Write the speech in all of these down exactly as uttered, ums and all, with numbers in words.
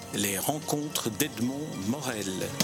Les rencontres d'Edmond Morel.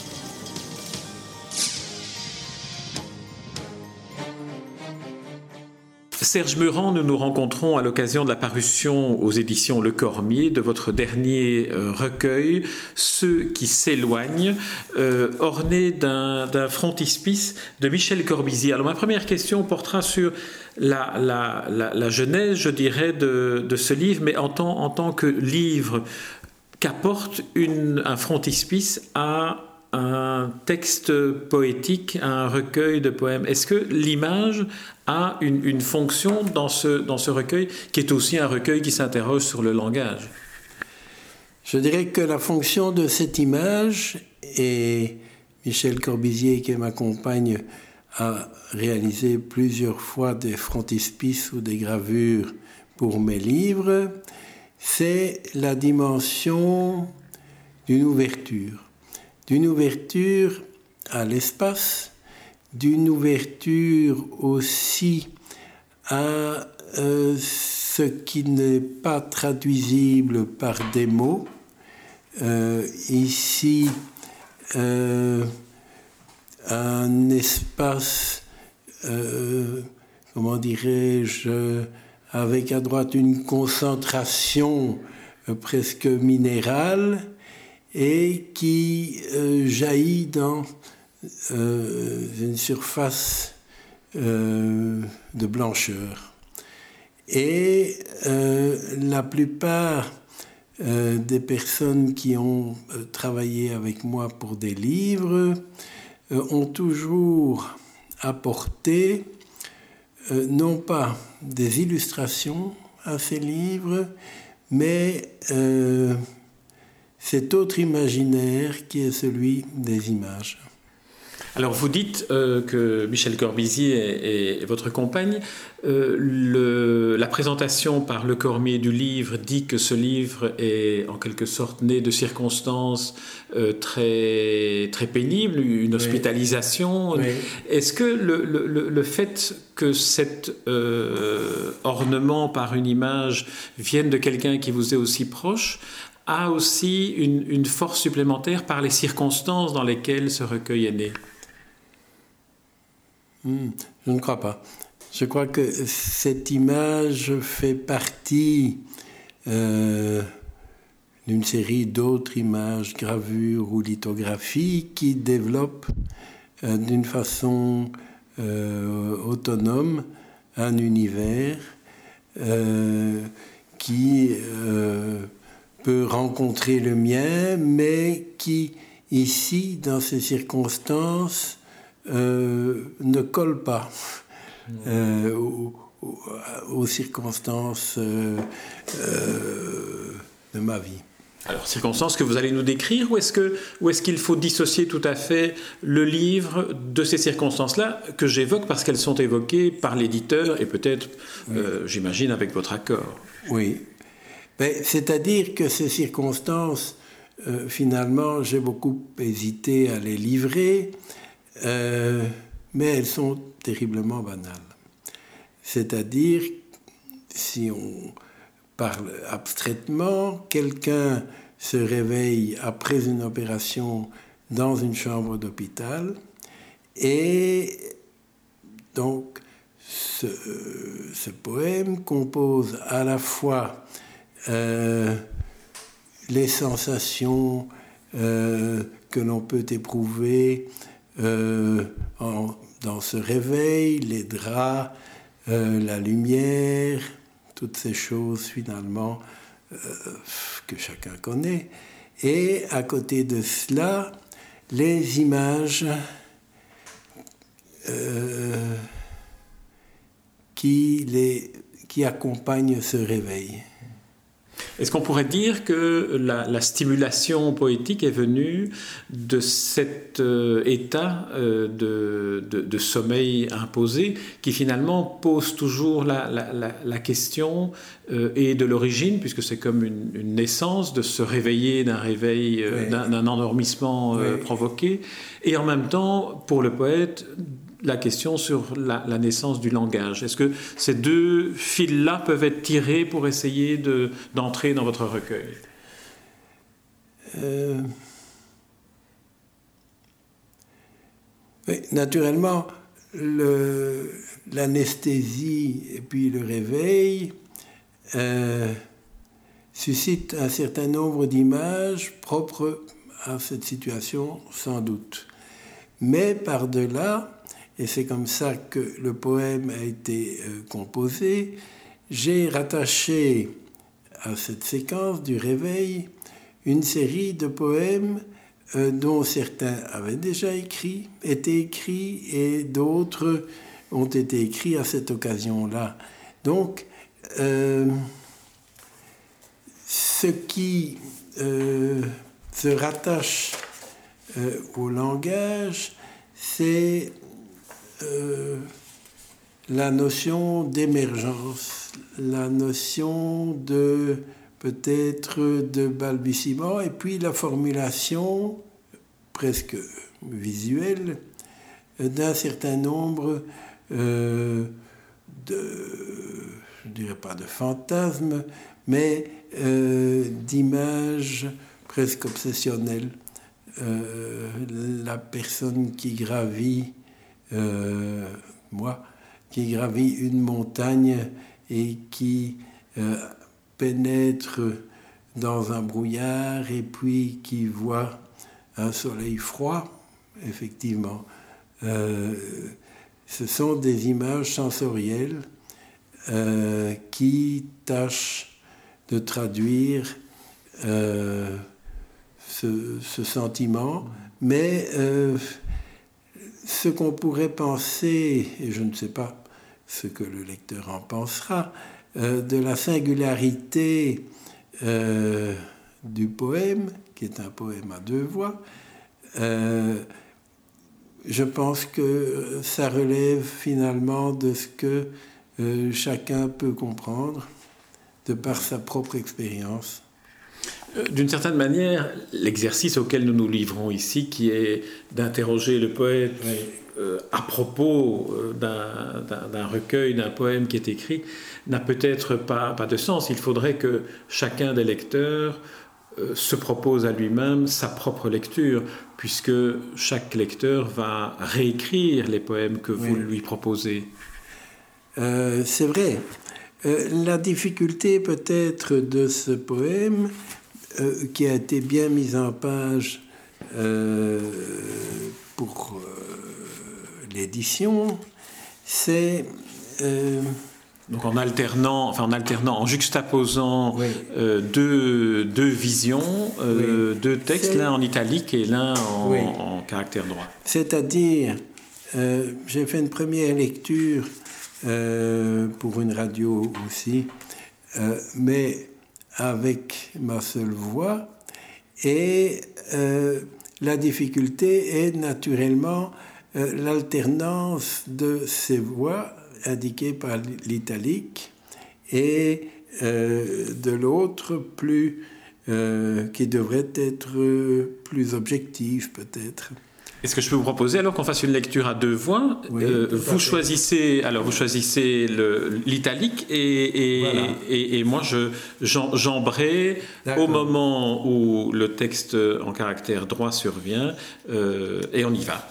Serge Meurant, nous nous rencontrons à l'occasion de la parution aux éditions Le Cormier de votre dernier euh, recueil, Ceux qui s'éloignent, euh, orné d'un, d'un frontispice de Michel Corbisier. Alors ma première question portera sur la, la, la, la genèse, je dirais, de, de ce livre, mais en tant, en tant que livre qu'apporte une, un frontispice à un texte poétique, à un recueil de poèmes. Est-ce que l'image a une, une fonction dans ce, dans ce recueil, qui est aussi un recueil qui s'interroge sur le langage? Je dirais que la fonction de cette image, et Michel Corbisier, qui m'accompagne, a réalisé plusieurs fois des frontispices ou des gravures pour mes livres, c'est la dimension d'une ouverture. D'une ouverture à l'espace, d'une ouverture aussi à euh, ce qui n'est pas traduisible par des mots. Euh, ici, euh, un espace, euh, comment dirais-je, avec à droite une concentration euh, presque minérale, et qui euh, jaillit dans euh, une surface euh, de blancheur. Et euh, la plupart euh, des personnes qui ont euh, travaillé avec moi pour des livres euh, ont toujours apporté euh, non pas des illustrations à ces livres, mais euh, cet autre imaginaire qui est celui des images. Alors vous dites euh, que Michel Corbisier est, est votre compagne. Euh, le, la présentation par Le Cormier du livre dit que ce livre est en quelque sorte né de circonstances euh, très, très pénibles, une hospitalisation. Oui. Oui. Est-ce que le, le, le fait que cet euh, ornement par une image vienne de quelqu'un qui vous est aussi proche a aussi une, une force supplémentaire par les circonstances dans lesquelles ce recueil est né? Mmh, je ne crois pas. Je crois que cette image fait partie euh, d'une série d'autres images, gravures ou lithographies qui développent euh, d'une façon euh, autonome un univers euh, qui euh, peut rencontrer le mien, mais qui, ici, dans ces circonstances, euh, ne colle pas euh, aux, aux, aux circonstances euh, euh, de ma vie. Alors, circonstances que vous allez nous décrire, ou est-ce que, ou est-ce qu'il faut dissocier tout à fait le livre de ces circonstances-là que j'évoque parce qu'elles sont évoquées par l'éditeur et peut-être, oui. euh, j'imagine, avec votre accord? Oui. Ben, c'est-à-dire que ces circonstances, euh, finalement, j'ai beaucoup hésité à les livrer, euh, mais elles sont terriblement banales. C'est-à-dire, si on parle abstraitement, quelqu'un se réveille après une opération dans une chambre d'hôpital et donc ce, ce poème compose à la fois euh, les sensations euh, que l'on peut éprouver euh, en, dans ce réveil, les draps, euh, la lumière, toutes ces choses finalement euh, que chacun connaît. Et à côté de cela, les images euh, qui, les, qui accompagnent ce réveil. Est-ce qu'on pourrait dire que la, la stimulation poétique est venue de cet euh, état euh, de, de, de sommeil imposé qui finalement pose toujours la, la, la, la question euh, et de l'origine, puisque c'est comme une, une naissance de se réveiller d'un réveil, euh, oui. d'un, d'un endormissement euh, oui. provoqué, et en même temps, pour le poète, la question sur la, la naissance du langage. Est-ce que ces deux fils-là peuvent être tirés pour essayer de, d'entrer dans votre recueil ? Euh, oui, naturellement, le, l'anesthésie et puis le réveil euh, suscitent un certain nombre d'images propres à cette situation, sans doute. Mais par-delà, et c'est comme ça que le poème a été euh, composé, j'ai rattaché à cette séquence du réveil une série de poèmes euh, dont certains avaient déjà écrit, été écrits, et d'autres ont été écrits à cette occasion-là. Donc, euh, ce qui euh, se rattache euh, au langage, c'est euh, la notion d'émergence, la notion de peut-être de balbutiement, et puis la formulation presque visuelle d'un certain nombre euh, de, je ne dirais pas de fantasmes, mais euh, d'images presque obsessionnelles. Euh, la personne qui gravit, euh, moi, qui gravit une montagne et qui euh, pénètre dans un brouillard et puis qui voit un soleil froid, effectivement. Euh, ce sont des images sensorielles euh, qui tâchent de traduire euh, ce, ce sentiment, mais euh, ce qu'on pourrait penser, et je ne sais pas ce que le lecteur en pensera, euh, de la singularité euh, du poème, qui est un poème à deux voix, euh, je pense que ça relève finalement de ce que euh, chacun peut comprendre de par sa propre expérience. D'une certaine manière, l'exercice auquel nous nous livrons ici, qui est d'interroger le poète oui. euh, à propos euh, d'un, d'un, d'un recueil, d'un poème qui est écrit, n'a peut-être pas, pas de sens. Il faudrait que chacun des lecteurs euh, se propose à lui-même sa propre lecture, puisque chaque lecteur va réécrire les poèmes que vous oui. lui proposez. Euh, c'est vrai. Euh, la difficulté peut-être de ce poème, euh, qui a été bien mis en page euh, pour euh, l'édition, c'est... Euh, Donc en alternant, enfin en alternant, en juxtaposant oui. euh, deux, deux visions, euh, oui. deux textes, c'est... l'un en italique et l'un en, oui. en caractère droit. C'est-à-dire, euh, j'ai fait une première lecture euh, pour une radio aussi, euh, mais avec ma seule voix, et euh, la difficulté est naturellement euh, l'alternance de ces voix indiqué par l'italique et euh, de l'autre plus euh, qui devrait être plus objectif peut-être. Est-ce que je peux vous proposer alors qu'on fasse une lecture à deux voix? Oui, euh, vous choisissez alors vous choisissez le, l'italique et, et, voilà. et, et moi je j'en, j'embrai au moment où le texte en caractère droit survient euh, et on y va.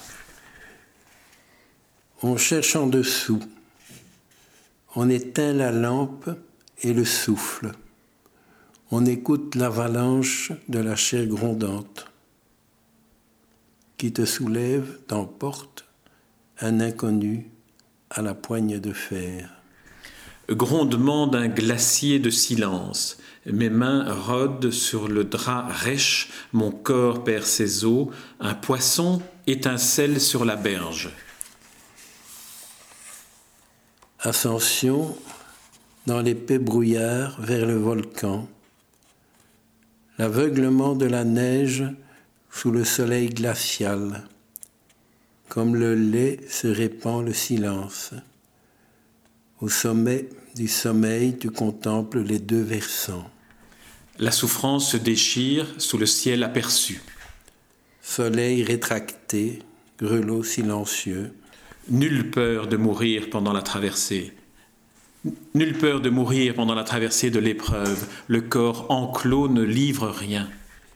On cherche en dessous. On éteint la lampe et le souffle. On écoute l'avalanche de la chair grondante qui te soulève, t'emporte, un inconnu à la poigne de fer. Grondement d'un glacier de silence. Mes mains rôdent sur le drap rêche, mon corps perd ses os, un poisson étincelle sur la berge. Ascension dans l'épais brouillard vers le volcan. L'aveuglement de la neige sous le soleil glacial. Comme le lait se répand le silence. Au sommet du sommeil, tu contemples les deux versants. La souffrance se déchire sous le ciel aperçu. Soleil rétracté, grelot silencieux. Nulle peur de mourir pendant la traversée. Nulle peur de mourir pendant la traversée de l'épreuve. Le corps enclos ne livre rien.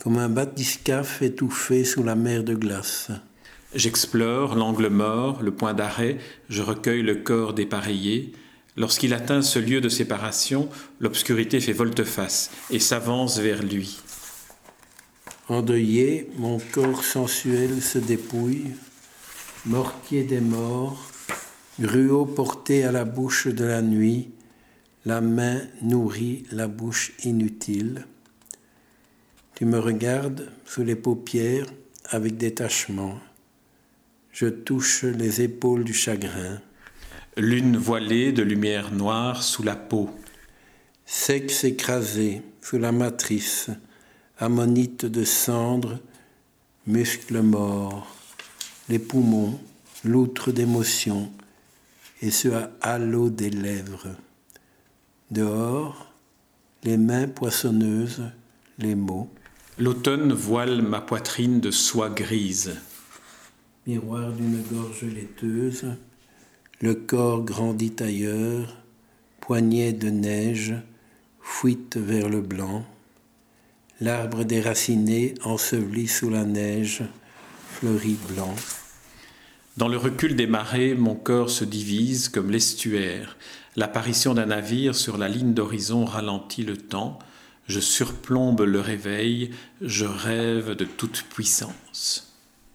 comme un bathyscaphe étouffé sous la mer de glace. J'explore l'angle mort, le point d'arrêt, je recueille le corps dépareillé. Lorsqu'il atteint ce lieu de séparation, l'obscurité fait volte-face et s'avance vers lui. Endeuillé, mon corps sensuel se dépouille, mortier des morts, gruau porté à la bouche de la nuit, la main nourrit la bouche inutile. Tu me regardes sous les paupières avec détachement. Je touche les épaules du chagrin. Lune voilée de lumière noire sous la peau. Sexe écrasé sous la matrice, ammonite de cendres, muscles morts, les poumons, l'outre d'émotion et ce halo des lèvres. Dehors, les mains poissonneuses, les mots. L'automne voile ma poitrine de soie grise. Miroir d'une gorge laiteuse, le corps grandit ailleurs, poignée de neige, fuite vers le blanc. L'arbre déraciné, enseveli sous la neige, fleurit blanc. Dans le recul des marées, mon corps se divise comme l'estuaire. L'apparition d'un navire sur la ligne d'horizon ralentit le temps. Je surplombe le réveil, je rêve de toute puissance.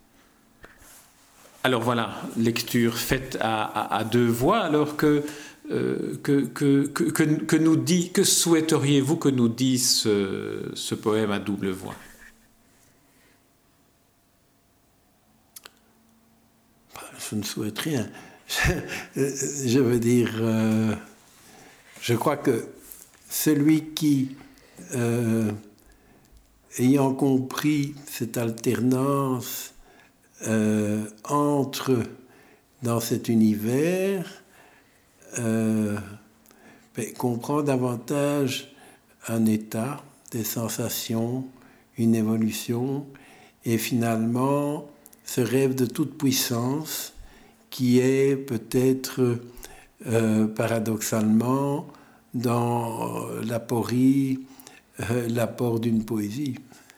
Alors voilà, lecture faite à, à, à deux voix, alors que, euh, que, que, que, que, que nous dit, que souhaiteriez-vous que nous dise ce, ce poème à double voix? Je ne souhaite rien. Je, je veux dire, euh, je crois que celui qui, euh, ayant compris cette alternance euh, entre dans cet univers, euh, ben, comprend davantage un état, des sensations, une évolution, et finalement ce rêve de toute puissance qui est peut-être euh, paradoxalement dans l'aporie, euh, l'apport d'une poésie.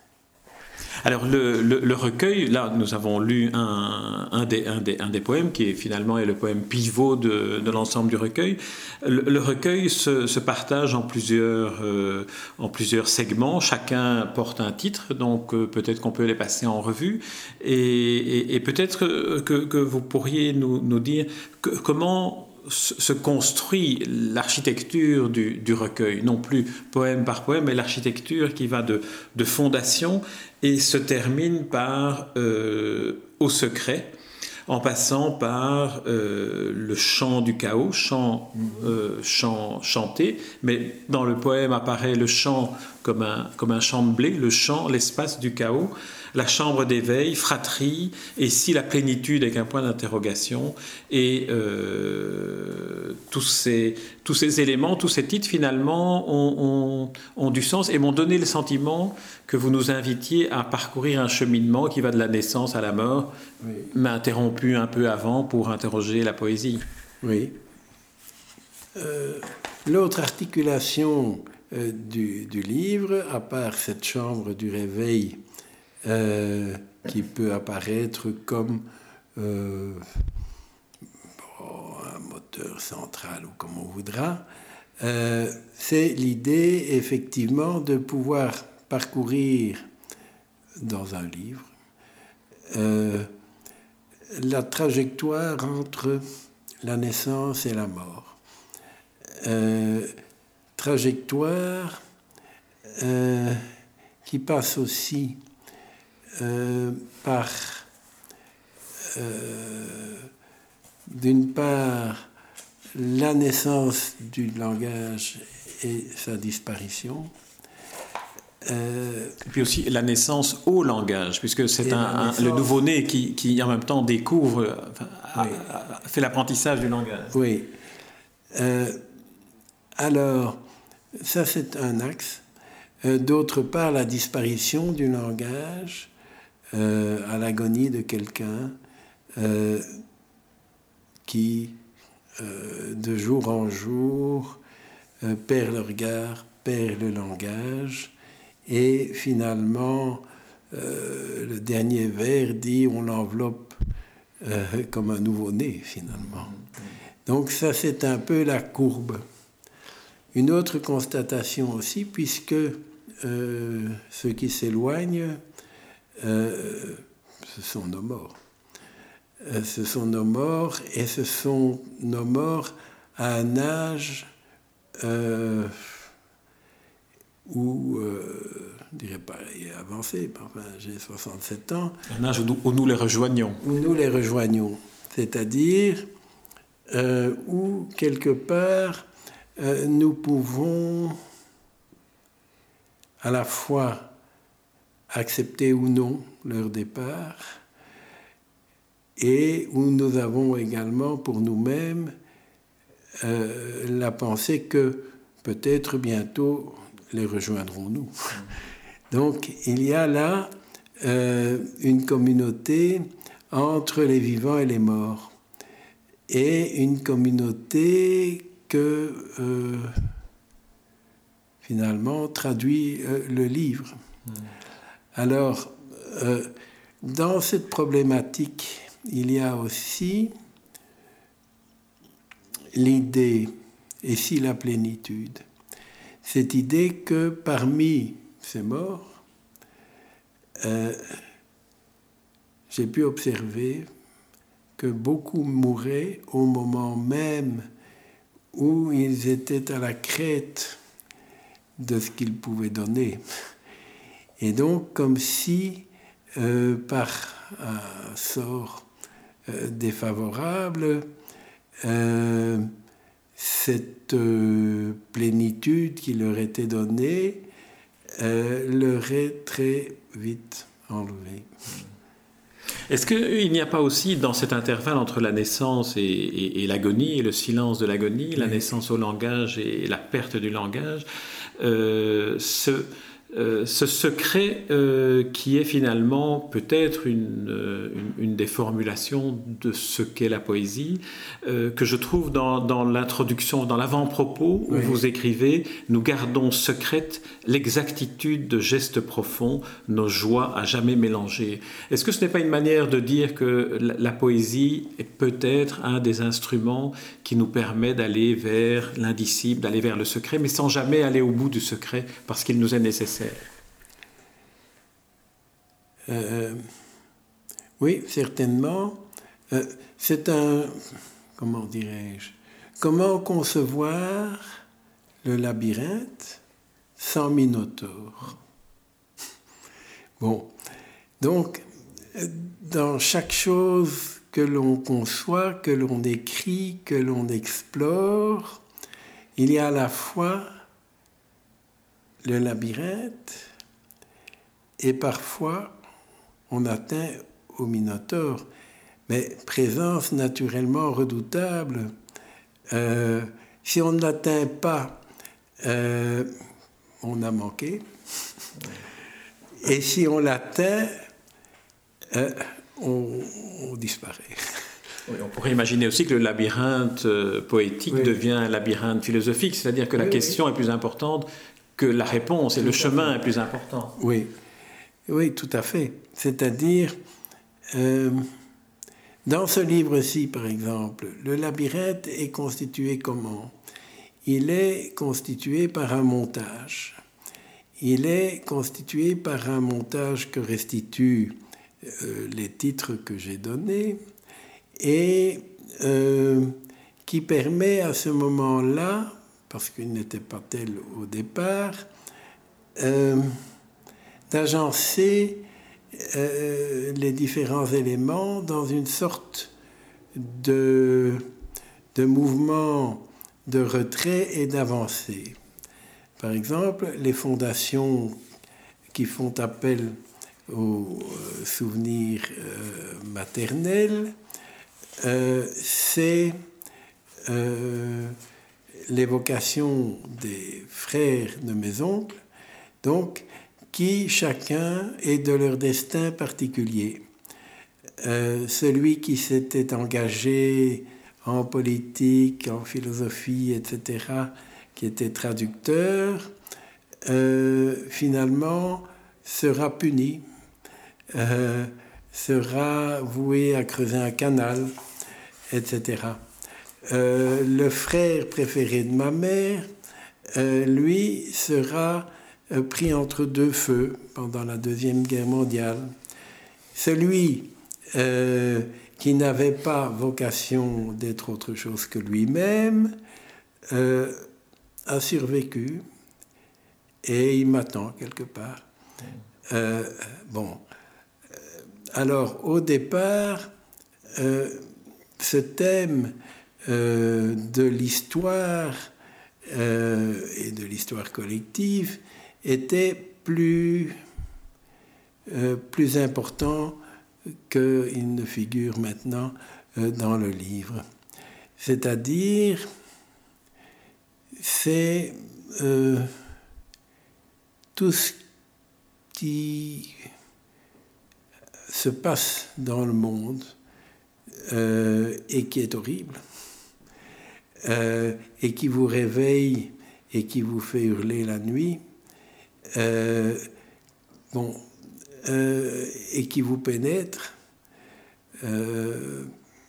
Alors le, le, le recueil, là nous avons lu un, un, des, un, des, un des poèmes qui est finalement est le poème pivot de, de l'ensemble du recueil. Le, le recueil se, se partage en plusieurs, euh, en plusieurs segments, chacun porte un titre, donc euh, peut-être qu'on peut les passer en revue et, et, et peut-être que, que vous pourriez nous, nous dire que, comment se construit l'architecture du, du recueil, non plus poème par poème, mais l'architecture qui va de, de fondation et se termine par euh, Au secret, en passant par euh, le chant du chaos, chant, euh, chant chanté, mais dans le poème apparaît le chant comme un, comme un champ de blé, le chant, l'espace du chaos, la chambre d'éveil, fratrie, et si la plénitude avec un point d'interrogation, et euh, tous, ces, tous ces éléments, tous ces titres finalement ont, ont, ont du sens et m'ont donné le sentiment que vous nous invitiez à parcourir un cheminement qui va de la naissance à la mort, oui. mais interrompu un peu avant pour interroger la poésie. Oui. Euh, l'autre articulation euh, du, du livre, à part cette chambre du réveil, Euh, qui peut apparaître comme euh, bon, un moteur central ou comme on voudra, euh, c'est l'idée effectivement de pouvoir parcourir dans un livre euh, la trajectoire entre la naissance et la mort. Euh, trajectoire euh, qui passe aussi Euh, par, euh, d'une part, la naissance du langage et sa disparition. Euh, et puis aussi la naissance au langage, puisque c'est un, un, le nouveau-né qui, qui, en même temps, découvre, enfin, oui. a, a fait l'apprentissage du langage. Oui. Euh, alors, ça, c'est un axe. Euh, d'autre part, la disparition du langage Euh, à l'agonie de quelqu'un euh, qui, euh, de jour en jour, euh, perd le regard, perd le langage, Et finalement, euh, le dernier vers dit on l'enveloppe euh, comme un nouveau-né, finalement. Donc ça, c'est un peu la courbe. Une autre constatation aussi, puisque euh, ceux qui s'éloignent, euh, ce sont nos morts. Euh, ce sont nos morts, et ce sont nos morts à un âge euh, où, euh, je ne dirais pas avancé, enfin, j'ai soixante-sept ans. Un âge où nous, où nous les rejoignons. Où nous les rejoignons. C'est-à-dire euh, où, quelque part, euh, nous pouvons à la fois accepter ou non leur départ, et où nous avons également pour nous-mêmes euh, la pensée que peut-être bientôt les rejoindrons-nous. Donc il y a là euh, une communauté entre les vivants et les morts, et une communauté que euh, finalement traduit euh, le livre. Mmh. Alors, euh, dans cette problématique, il y a aussi l'idée, et si la plénitude, cette idée que parmi ces morts, euh, j'ai pu observer que beaucoup mouraient au moment même où ils étaient à la crête de ce qu'ils pouvaient donner. Et donc, comme si, euh, par un sort euh, défavorable, euh, cette euh, plénitude qui leur était donnée euh, leur est très vite enlevée. Est-ce qu'il n'y a pas aussi, dans cet intervalle entre la naissance et, et, et l'agonie, et le silence de l'agonie, oui. La naissance au langage et la perte du langage, euh, ce... Euh, ce secret euh, qui est finalement peut-être une, euh, une, une des formulations de ce qu'est la poésie, euh, que je trouve dans, dans l'introduction, dans l'avant-propos, où oui. Vous écrivez « Nous gardons secrète l'exactitude de gestes profonds, nos joies à jamais mélangées ». Est-ce que ce n'est pas une manière de dire que la, la poésie est peut-être un des instruments qui nous permet d'aller vers l'indicible, d'aller vers le secret, mais sans jamais aller au bout du secret, parce qu'il nous est nécessaire? Euh, oui, certainement. Euh, c'est un... Comment dirais-je? Comment concevoir le labyrinthe sans Minotaure? Bon, donc, dans chaque chose que l'on conçoit, que l'on écrit, que l'on explore, il y a à la fois le labyrinthe, et parfois on atteint au Minotaure, mais présence naturellement redoutable. Euh, si on ne l'atteint pas, euh, on a manqué, et si on l'atteint, euh, on, on disparaît. Oui, on pourrait imaginer aussi que le labyrinthe euh, poétique oui. devient un labyrinthe philosophique, c'est-à-dire que la oui, question oui. est plus importante que la réponse, et tout le chemin est plus important. Oui, oui, tout à fait. C'est-à-dire, euh, dans ce livre-ci, par exemple, le labyrinthe est constitué comment? Il est constitué par un montage. Il est constitué par un montage que restituent euh, les titres que j'ai donnés, et euh, qui permet à ce moment-là, parce qu'il n'était pas tel au départ, euh, d'agencer euh, les différents éléments dans une sorte de, de mouvement de retrait et d'avancée. Par exemple, les fondations qui font appel aux euh, souvenirs euh, maternels, euh, c'est euh, l'évocation des frères de mes oncles, donc, qui chacun est de leur destin particulier. Euh, celui qui s'était engagé en politique, en philosophie, et cetera, qui était traducteur, euh, finalement, sera puni, euh, sera voué à creuser un canal, et cetera. Euh, le frère préféré de ma mère, euh, lui, sera euh, pris entre deux feux pendant la Deuxième Guerre mondiale. Celui euh, qui n'avait pas vocation d'être autre chose que lui-même euh, a survécu et il m'attend quelque part. Euh, bon, alors au départ, euh, ce thème euh, de l'histoire euh, et de l'histoire collective était plus, euh, plus important qu'il ne figure maintenant euh, dans le livre. C'est-à-dire, c'est euh, tout ce qui se passe dans le monde euh, et qui est horrible, euh, et qui vous réveille et qui vous fait hurler la nuit, euh, bon, euh, et qui vous pénètre. Euh,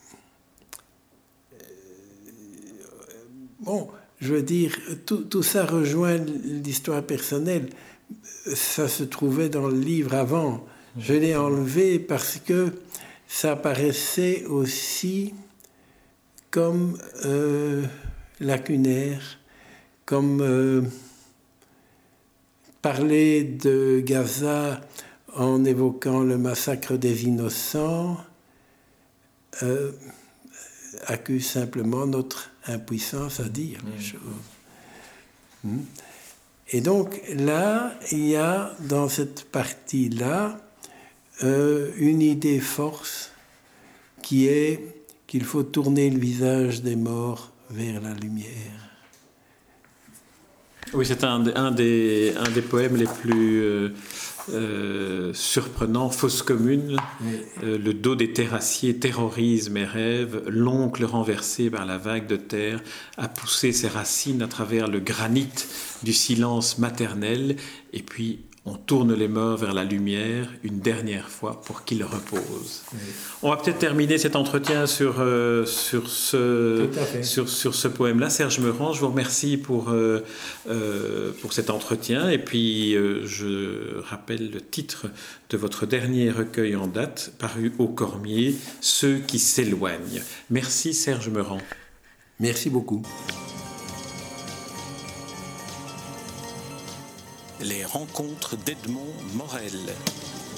bon, je veux dire, tout, tout ça rejoint l'histoire personnelle. Ça se trouvait dans le livre avant. Je l'ai enlevé parce que ça paraissait aussi comme euh, lacunaire, comme euh, parler de Gaza en évoquant le massacre des innocents euh, accuse simplement notre impuissance à dire les choses. Mmh. Et donc là, il y a dans cette partie-là euh, une idée force qui est qu'il faut tourner le visage des morts vers la lumière. Oui, c'est un, un, des, un des poèmes les plus euh, euh, surprenants. Fosse commune, oui. euh, le dos des terrassiers terrorise mes rêves. L'oncle renversé par la vague de terre a poussé ses racines à travers le granit du silence maternel. Et puis, on tourne les morts vers la lumière une dernière fois pour qu'ils reposent. Oui. On va peut-être terminer cet entretien sur, euh, sur, ce, sur, sur ce poème-là. Serge Meurant, je vous remercie pour, euh, euh, pour cet entretien. Et puis, euh, je rappelle le titre de votre dernier recueil en date, paru au Cormier, « Ceux qui s'éloignent ». Merci Serge Meurant. Merci beaucoup. Les rencontres d'Edmond Morel.